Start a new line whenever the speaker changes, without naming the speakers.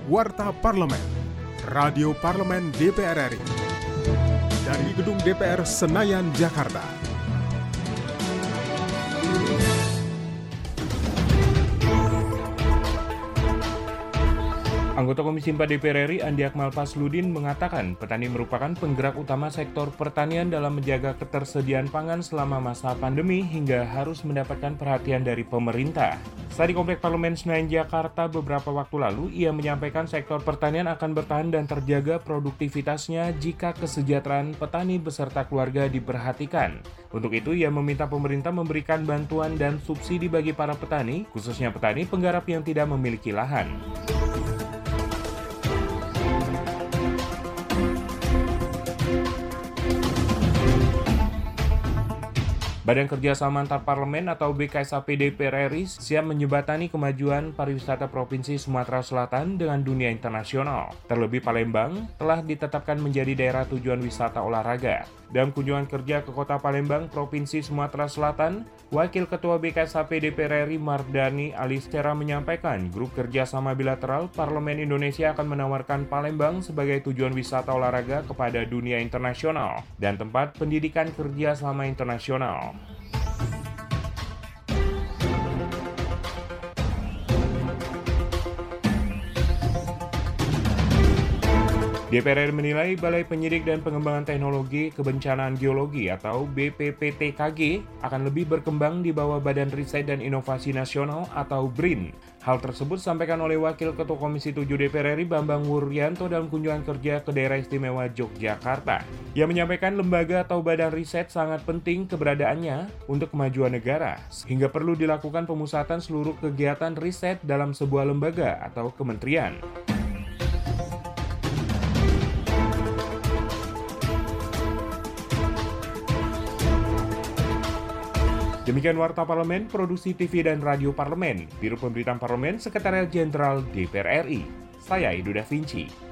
Warta Parlemen, Radio Parlemen DPR RI. Dari Gedung DPR Senayan, Jakarta.
Anggota Komisi 4 DPR RI Andi Akmal Pazludin mengatakan petani merupakan penggerak utama sektor pertanian dalam menjaga ketersediaan pangan selama masa pandemi hingga harus mendapatkan perhatian dari pemerintah. Saat di Komplek Parlemen Senayan, Jakarta beberapa waktu lalu, ia menyampaikan sektor pertanian akan bertahan dan terjaga produktivitasnya jika kesejahteraan petani beserta keluarga diperhatikan. Untuk itu, ia meminta pemerintah memberikan bantuan dan subsidi bagi para petani, khususnya petani penggarap yang tidak memiliki lahan. Badan Kerjasama Antar Parlemen atau BKSAP DPR RI siap menjembatani kemajuan pariwisata Provinsi Sumatera Selatan dengan dunia internasional. Terlebih Palembang telah ditetapkan menjadi daerah tujuan wisata olahraga. Dalam kunjungan kerja ke Kota Palembang, Provinsi Sumatera Selatan, Wakil Ketua BKSAP DPR RI Mardani Alistera menyampaikan grup kerjasama bilateral Parlemen Indonesia akan menawarkan Palembang sebagai tujuan wisata olahraga kepada dunia internasional dan tempat pendidikan kerja sama internasional. DPR RI menilai Balai Penyidik dan Pengembangan Teknologi Kebencanaan Geologi atau BPPTKG akan lebih berkembang di bawah Badan Riset dan Inovasi Nasional atau BRIN. Hal tersebut disampaikan oleh Wakil Ketua Komisi 7 DPR RI Bambang Wuryanto dalam kunjungan kerja ke Daerah Istimewa Yogyakarta. Ia menyampaikan lembaga atau badan riset sangat penting keberadaannya untuk kemajuan negara, sehingga perlu dilakukan pemusatan seluruh kegiatan riset dalam sebuah lembaga atau kementerian. Demikian Warta Parlemen, Produksi TV dan Radio Parlemen, Biro Pemberitaan Parlemen, Sekretariat Jenderal DPR RI. Saya Edo Da Vinci.